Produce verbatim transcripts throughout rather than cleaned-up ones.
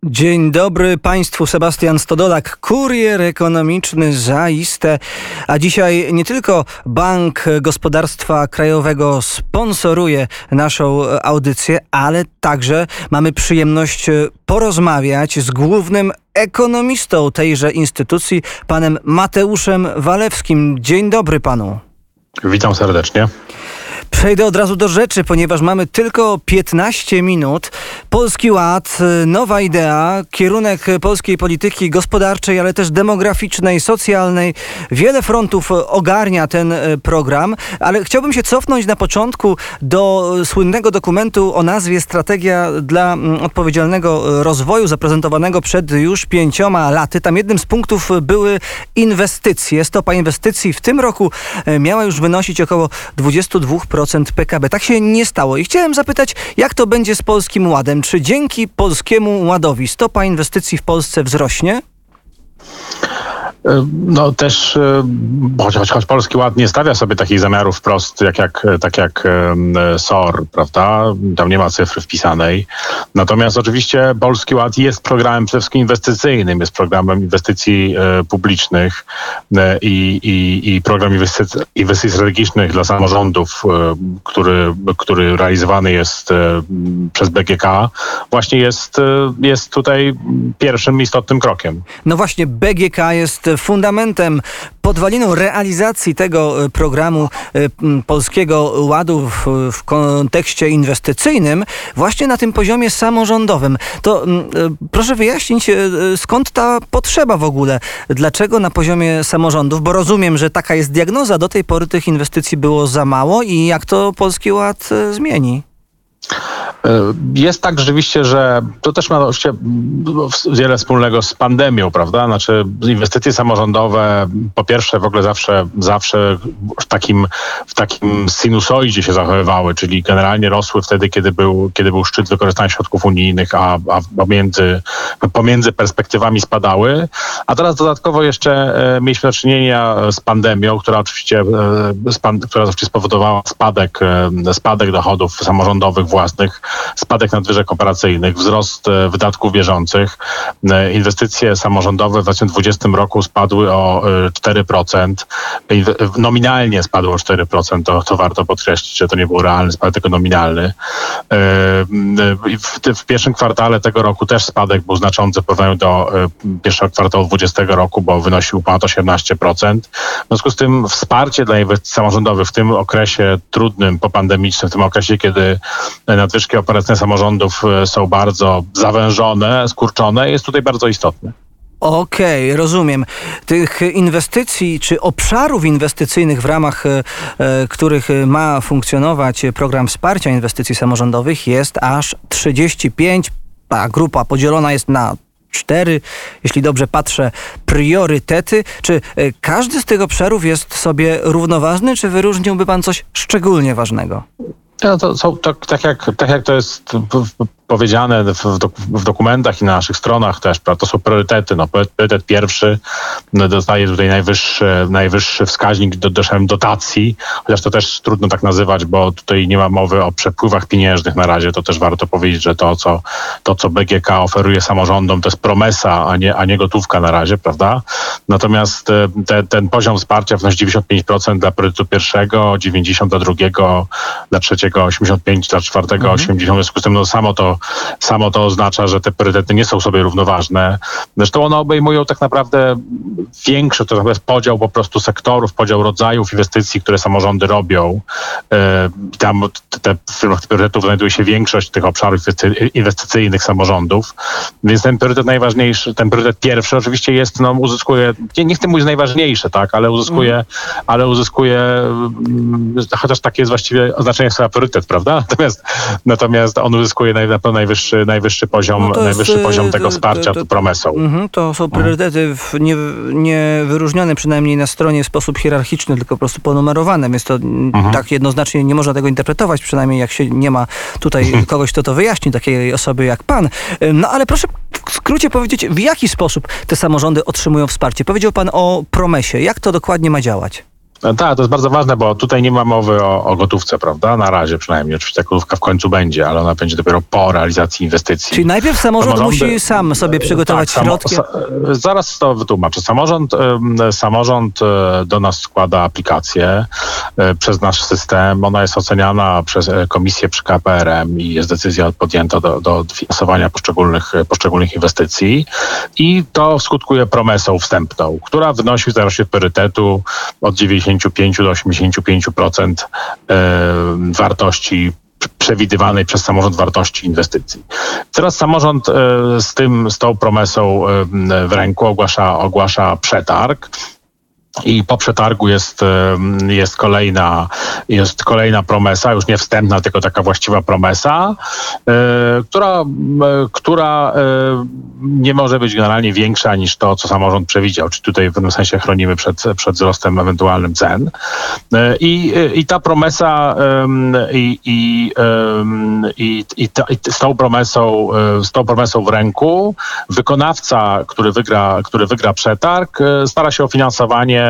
Dzień dobry Państwu, Sebastian Stodolak, kurier ekonomiczny zaiste. A dzisiaj nie tylko Bank Gospodarstwa Krajowego sponsoruje naszą audycję, ale także mamy przyjemność porozmawiać z głównym ekonomistą tejże instytucji, panem Mateuszem Walewskim. Dzień dobry panu. Witam serdecznie. Przejdę od razu do rzeczy, ponieważ mamy tylko piętnaście minut. Polski Ład, nowa idea, kierunek polskiej polityki gospodarczej, ale też demograficznej, socjalnej. Wiele frontów ogarnia ten program, ale chciałbym się cofnąć na początku do słynnego dokumentu o nazwie Strategia dla odpowiedzialnego rozwoju, zaprezentowanego przed już pięcioma laty. Tam jednym z punktów były inwestycje. Stopa inwestycji w tym roku miała już wynosić około dwadzieścia dwa procent P K B. Tak się nie stało. I chciałem zapytać, jak to będzie z Polskim Ładem? Czy dzięki Polskiemu Ładowi stopa inwestycji w Polsce wzrośnie? No też, choć, choć Polski Ład nie stawia sobie takich zamiarów wprost, jak, jak, tak jak S O R, prawda? Tam nie ma cyfry wpisanej. Natomiast oczywiście Polski Ład jest programem przede wszystkim inwestycyjnym, jest programem inwestycji e, publicznych e, i, i, i program inwestycji, inwestycji strategicznych dla samorządów, e, który, który realizowany jest e, przez B G K, właśnie jest, e, jest tutaj pierwszym istotnym krokiem. No właśnie, B G K jest fundamentem, podwaliną realizacji tego programu Polskiego Ładu w, w kontekście inwestycyjnym właśnie na tym poziomie samorządowym. To proszę wyjaśnić, skąd ta potrzeba w ogóle? Dlaczego na poziomie samorządów? Bo rozumiem, że taka jest diagnoza. Do tej pory tych inwestycji było za mało i jak to Polski Ład zmieni? Jest tak rzeczywiście, że to też ma oczywiście wiele wspólnego z pandemią, prawda? Znaczy inwestycje samorządowe po pierwsze w ogóle zawsze, zawsze w takim, w takim sinusoidzie się zachowywały, czyli generalnie rosły wtedy, kiedy był, kiedy był szczyt wykorzystania środków unijnych, a, a pomiędzy, pomiędzy perspektywami spadały. A teraz dodatkowo jeszcze e, mieliśmy do czynienia z pandemią, która oczywiście, e, span, która oczywiście spowodowała spadek, e, spadek dochodów samorządowych własnych, spadek nadwyżek operacyjnych, wzrost wydatków bieżących. Inwestycje samorządowe w dwa tysiące dwudziestym roku spadły o cztery procent. Nominalnie spadły o cztery procent. To, to warto podkreślić, że to nie był realny spadek, tylko nominalny. W, w pierwszym kwartale tego roku też spadek był znaczący w porównaniu do pierwszego kwartału dwudziestego roku, bo wynosił ponad osiemnaście procent. W związku z tym wsparcie dla inwestycji samorządowych w tym okresie trudnym, popandemicznym, w tym okresie, kiedy nadwyżki operacyjne samorządów są bardzo zawężone, skurczone, jest tutaj bardzo istotne. Okej, okay, rozumiem. Tych inwestycji czy obszarów inwestycyjnych, w ramach e, których ma funkcjonować program wsparcia inwestycji samorządowych, jest aż trzydzieści pięć. Ta grupa podzielona jest na cztery, jeśli dobrze patrzę, priorytety. Czy e, każdy z tych obszarów jest sobie równoważny, czy wyróżniłby pan coś szczególnie ważnego? No to są to, tak, jak, tak jak to jest powiedziane w, dok- w dokumentach i na naszych stronach też, prawda, to są priorytety. No, priorytet pierwszy no, dostaje tutaj najwyższy, najwyższy wskaźnik do, do dotacji, chociaż to też trudno tak nazywać, bo tutaj nie ma mowy o przepływach pieniężnych na razie. To też warto powiedzieć, że to, co, to, co B G K oferuje samorządom, to jest promesa, a nie, a nie gotówka na razie, prawda? Natomiast te, ten poziom wsparcia wynosi dziewięćdziesiąt pięć procent dla priorytetu pierwszego, dziewięćdziesiąt procent dla drugiego, dla trzeciego osiemdziesiąt pięć procent, dla czwartego mhm. osiemdziesiąt procent. W związku z tym no, samo to Samo to oznacza, że te priorytety nie są sobie równoważne. Zresztą one obejmują tak naprawdę większy, to jest podział po prostu sektorów, podział rodzajów inwestycji, które samorządy robią. Tam te, w ramach priorytetów znajduje się większość tych obszarów inwestycyjnych samorządów. Więc ten priorytet najważniejszy, ten priorytet pierwszy oczywiście jest, no uzyskuje, nie, nie chcę mówić najważniejszy, tak, ale uzyskuje, mm. ale uzyskuje, chociaż takie jest właściwie oznaczenie słowa priorytet, prawda? Natomiast, natomiast on uzyskuje naj, najwyższy, najwyższy poziom, no najwyższy jest, poziom tego wsparcia to, to, promesą. Mm, to są priorytety w nie, nie wyróżnione przynajmniej na stronie w sposób hierarchiczny, tylko po prostu ponumerowane, więc to mm. tak jednoznacznie nie można tego interpretować, przynajmniej jak się nie ma tutaj kogoś, kto to wyjaśni, takiej osoby jak pan. No ale proszę w skrócie powiedzieć, w jaki sposób te samorządy otrzymują wsparcie? Powiedział pan o promesie. Jak to dokładnie ma działać? Tak, to jest bardzo ważne, bo tutaj nie ma mowy o, o gotówce, prawda? Na razie przynajmniej. Oczywiście ta gotówka w końcu będzie, ale ona będzie dopiero po realizacji inwestycji. Czyli najpierw samorząd Samorządy, musi sam sobie przygotować tak, środki. Samo, sa, zaraz to wytłumaczę. Samorząd, samorząd do nas składa aplikację przez nasz system. Ona jest oceniana przez komisję przy K P R M i jest decyzja podjęta do, do finansowania poszczególnych, poszczególnych inwestycji. I to skutkuje promesą wstępną, która wynosi w zależności od priorytetu od dziewięćdziesiąt pięć do osiemdziesięciu pięciu procent wartości przewidywanej przez samorząd wartości inwestycji. Teraz samorząd z tym, z tą promesą w ręku ogłasza, ogłasza przetarg. I po przetargu jest, jest, kolejna, jest kolejna promesa, już nie wstępna, tylko taka właściwa promesa, yy, która, yy, która yy, nie może być generalnie większa niż to, co samorząd przewidział. Czyli tutaj w pewnym sensie chronimy przed, przed wzrostem ewentualnym cen. Yy, i, I ta promesa yy, i, i, yy, i, i, ta, i z, tą promesą, yy, z tą promesą w ręku wykonawca, który wygra, który wygra przetarg, yy, stara się o finansowanie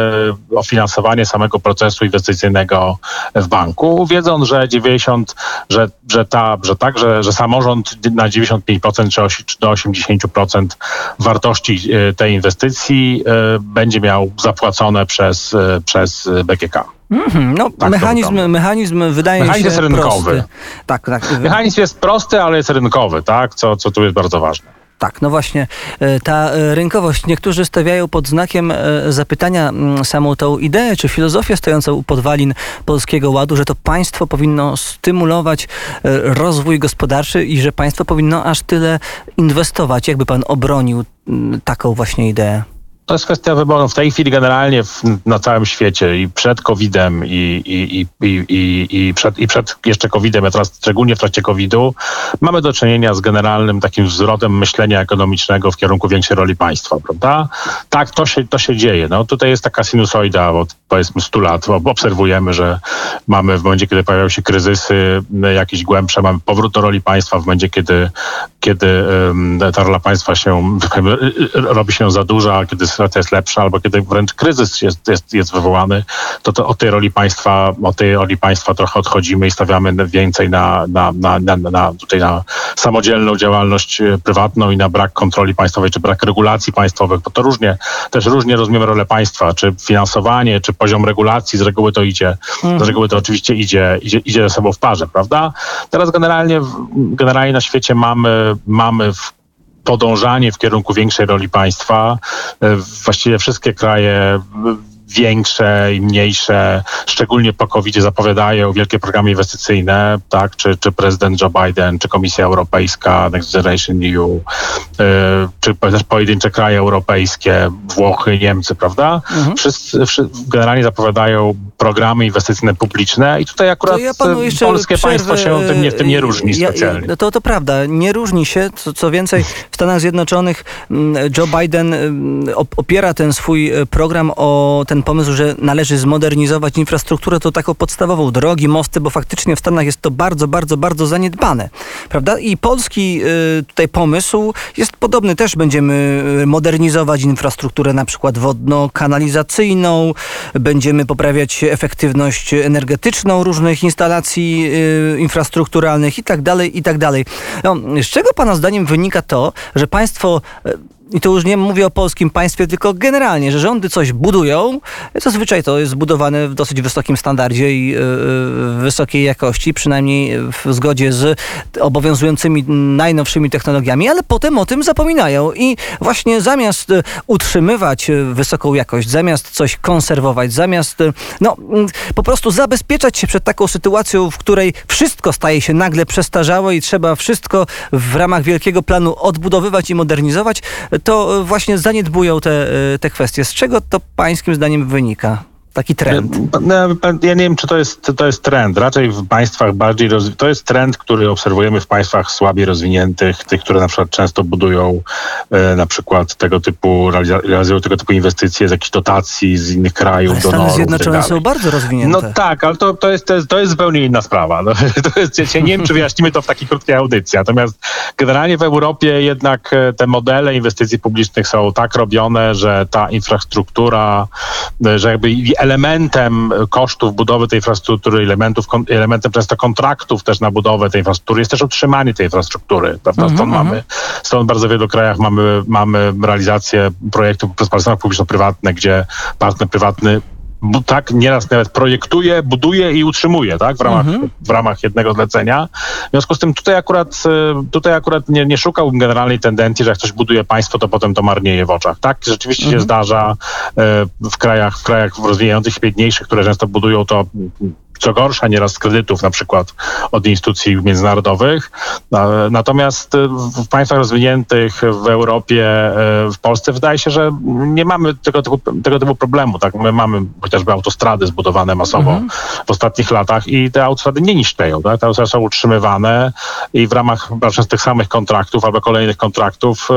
o finansowanie samego procesu inwestycyjnego w banku, wiedząc, że dziewięćdziesiąt, że, że, ta, że tak, że, że samorząd na dziewięćdziesiąt pięć procent czy, osi, czy do osiemdziesiąt procent wartości tej inwestycji będzie miał zapłacone przez, przez B G K. Mm-hmm, no, tak mechanizm, mechanizm wydaje mechanizm się jest rynkowy. prosty. Tak, tak. Mechanizm jest prosty, ale jest rynkowy, tak? Co, co tu jest bardzo ważne. Tak, no właśnie, ta rynkowość. Niektórzy stawiają pod znakiem zapytania samą tą ideę, czy filozofię stojącą u podwalin Polskiego Ładu, że to państwo powinno stymulować rozwój gospodarczy i że państwo powinno aż tyle inwestować. Jakby pan obronił taką właśnie ideę? To jest kwestia wyboru. W tej chwili generalnie w, na całym świecie i przed kowidem i, i, i, i, i, i, przed, i przed jeszcze kowidem, a teraz szczególnie w trakcie kowidu, mamy do czynienia z generalnym takim wzrotem myślenia ekonomicznego w kierunku większej roli państwa, prawda? Tak, to się, to się dzieje. No, tutaj jest taka sinusoida od powiedzmy stu lat. Obserwujemy, że mamy w momencie, kiedy pojawiają się kryzysy jakieś głębsze, mamy powrót do roli państwa w momencie, kiedy, kiedy um, ta rola państwa się robi się za duża, kiedy sytuacja jest lepsza, albo kiedy wręcz kryzys jest, jest, jest wywołany, to, to od tej roli państwa, od tej roli państwa trochę odchodzimy i stawiamy więcej na, na, na, na, na, tutaj na samodzielną działalność prywatną i na brak kontroli państwowej, czy brak regulacji państwowych, bo to różnie, też różnie rozumiemy rolę państwa, czy finansowanie, czy poziom regulacji, z reguły to idzie, mm. z reguły to oczywiście idzie, idzie, idzie ze sobą w parze, prawda? Teraz generalnie, generalnie na świecie mamy, mamy w podążanie w kierunku większej roli państwa. Właściwie wszystkie kraje większe i mniejsze, szczególnie po kowidzie, zapowiadają wielkie programy inwestycyjne, tak, czy, czy prezydent Joe Biden, czy Komisja Europejska, Next Generation E U, yy, czy też pojedyncze kraje europejskie, Włochy, Niemcy, prawda? Mhm. Wszyscy, wszyscy generalnie zapowiadają programy inwestycyjne publiczne i tutaj akurat ja polskie przerwę, państwo się tym nie, w tym nie różni specjalnie. Ja, to, to prawda, nie różni się. Co, co więcej, w Stanach Zjednoczonych Joe Biden opiera ten swój program o ten pomysł, że należy zmodernizować infrastrukturę, to taką podstawową, drogi, mosty, bo faktycznie w Stanach jest to bardzo, bardzo, bardzo zaniedbane, prawda? I polski y, tutaj pomysł jest podobny. Też będziemy modernizować infrastrukturę na przykład wodno-kanalizacyjną, będziemy poprawiać efektywność energetyczną różnych instalacji y, infrastrukturalnych i tak dalej, i tak dalej. No, z czego pana zdaniem wynika to, że państwo y, i to już nie mówię o polskim państwie, tylko generalnie, że rządy coś budują, zazwyczaj to jest zbudowane w dosyć wysokim standardzie i yy, wysokiej jakości, przynajmniej w zgodzie z obowiązującymi najnowszymi technologiami, ale potem o tym zapominają i właśnie zamiast utrzymywać wysoką jakość, zamiast coś konserwować, zamiast no, po prostu zabezpieczać się przed taką sytuacją, w której wszystko staje się nagle przestarzałe i trzeba wszystko w ramach wielkiego planu odbudowywać i modernizować, to właśnie zaniedbują te, te kwestie. Z czego to pańskim zdaniem wynika? Taki trend. Ja nie wiem, czy to jest, to jest trend. Raczej w państwach bardziej rozwiniętych. To jest trend, który obserwujemy w państwach słabiej rozwiniętych, tych, które na przykład często budują e, na przykład tego typu, realizują tego typu inwestycje z jakichś dotacji z innych krajów. Ale Stany Zjednoczone są bardzo rozwinięte. No tak, ale to, to, jest, to, jest, to jest zupełnie inna sprawa. No, to jest, ja nie wiem, czy wyjaśnimy to w takiej krótkiej audycji. Natomiast generalnie w Europie jednak te modele inwestycji publicznych są tak robione, że ta infrastruktura, że jakby elementem kosztów budowy tej infrastruktury, elementów, elementem często kontraktów też na budowę tej infrastruktury jest też utrzymanie tej infrastruktury. Prawda? Mhm, Stąd mamy, stąd w bardzo wielu krajach mamy, mamy realizację projektów przez partnerstwo publiczno-prywatne, gdzie partner prywatny Bu, tak, nieraz nawet projektuje, buduje i utrzymuje, tak, w ramach, Mhm. w ramach jednego zlecenia. W związku z tym tutaj akurat, tutaj akurat nie, nie szukałbym generalnej tendencji, że jak coś buduje państwo, to potem to marnieje w oczach. Tak, rzeczywiście Mhm. się zdarza e, w krajach, w krajach rozwijających się, biedniejszych, które często budują to co gorsza, nieraz z kredytów na przykład od instytucji międzynarodowych. Natomiast w państwach rozwiniętych, w Europie, w Polsce wydaje się, że nie mamy tego typu, tego typu problemu. Tak? My mamy chociażby autostrady zbudowane masowo Mhm. w ostatnich latach i te autostrady nie niszczeją. Tak? Te autostrady są utrzymywane i w ramach z tych samych kontraktów albo kolejnych kontraktów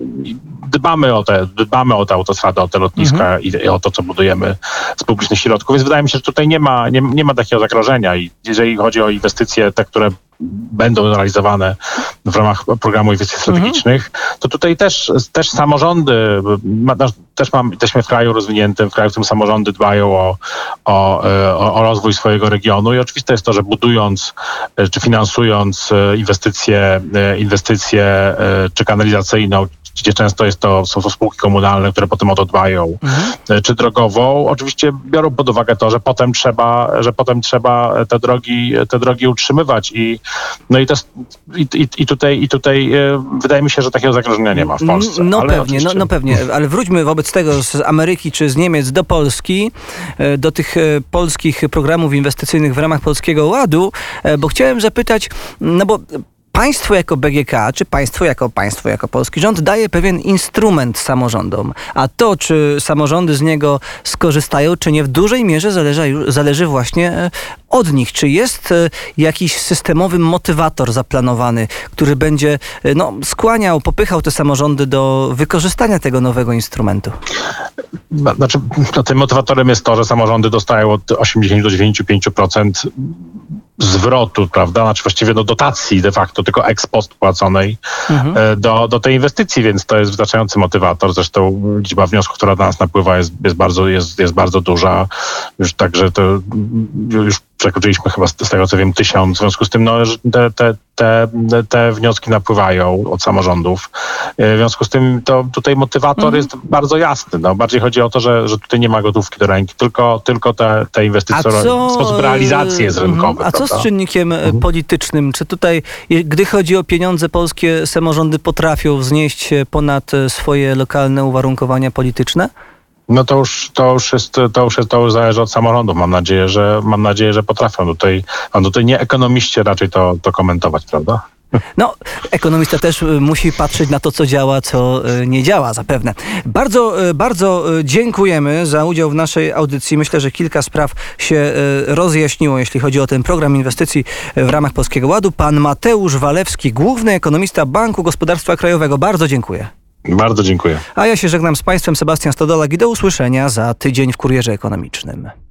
dbamy o te, dbamy o te autostrady, o te lotniska Mhm. i, i o to, co budujemy z publicznych środków. Więc wydaje mi się, że tutaj nie ma, nie, nie ma takiego zagrożenia i jeżeli chodzi o inwestycje, te, które będą realizowane w ramach programu inwestycji strategicznych, to tutaj też, też samorządy, ma, też mam, jesteśmy w kraju rozwiniętym, w kraju, w którym samorządy dbają o, o, o, o rozwój swojego regionu i oczywiste jest to, że budując czy finansując inwestycje, inwestycje czy kanalizacyjną, gdzie często jest to, są to spółki komunalne, które potem o to dbają, mhm. czy drogową, oczywiście biorą pod uwagę to, że potem trzeba, że potem trzeba te drogi, te drogi utrzymywać i no i, to, i, i, i tutaj, i tutaj e, wydaje mi się, że takiego zagrożenia nie ma w Polsce. No ale pewnie, oczywiście... no, no pewnie, ale wróćmy wobec tego z Ameryki czy z Niemiec do Polski, e, do tych e, polskich programów inwestycyjnych w ramach Polskiego Ładu, e, bo chciałem zapytać, no bo państwo jako B G K, czy państwo jako państwo, jako polski rząd daje pewien instrument samorządom, a to, czy samorządy z niego skorzystają, czy nie, w dużej mierze zależy, zależy właśnie od nich. Czy jest jakiś systemowy motywator zaplanowany, który będzie no, skłaniał, popychał te samorządy do wykorzystania tego nowego instrumentu? Znaczy, no, tym motywatorem jest to, że samorządy dostają od osiemdziesiąt do dziewięćdziesięciu pięciu procent zwrotu, prawda, znaczy właściwie no dotacji de facto, tylko ex post płaconej mhm. do, do tej inwestycji, więc to jest wystarczający motywator. Zresztą liczba wniosków, która do nas napływa jest, jest, bardzo, jest, jest bardzo duża. Już także to już przekroczyliśmy chyba z tego, co wiem, tysiąc. W związku z tym no, te, te, te, te wnioski napływają od samorządów. W związku z tym to tutaj motywator mhm. jest bardzo jasny. No, bardziej chodzi o to, że, że tutaj nie ma gotówki do ręki, tylko, tylko te, te inwestycje, co, sposób realizacji jest rynkowy. A co prawda? z czynnikiem mhm. politycznym? Czy tutaj, gdy chodzi o pieniądze polskie, samorządy potrafią wznieść się ponad swoje lokalne uwarunkowania polityczne? No to już, to już jest, to już jest, to już zależy od samorządów. Mam nadzieję, że mam nadzieję, że potrafią. Tutaj, a tutaj nie ekonomiści raczej to, to komentować, prawda? No, ekonomista też musi patrzeć na to, co działa, co nie działa, zapewne. Bardzo, bardzo dziękujemy za udział w naszej audycji. Myślę, że kilka spraw się rozjaśniło, jeśli chodzi o ten program inwestycji w ramach Polskiego Ładu. Pan Mateusz Walewski, główny ekonomista Banku Gospodarstwa Krajowego. Bardzo dziękuję. Bardzo dziękuję. A ja się żegnam z Państwem, Sebastian Stodolak, i do usłyszenia za tydzień w Kurierze Ekonomicznym.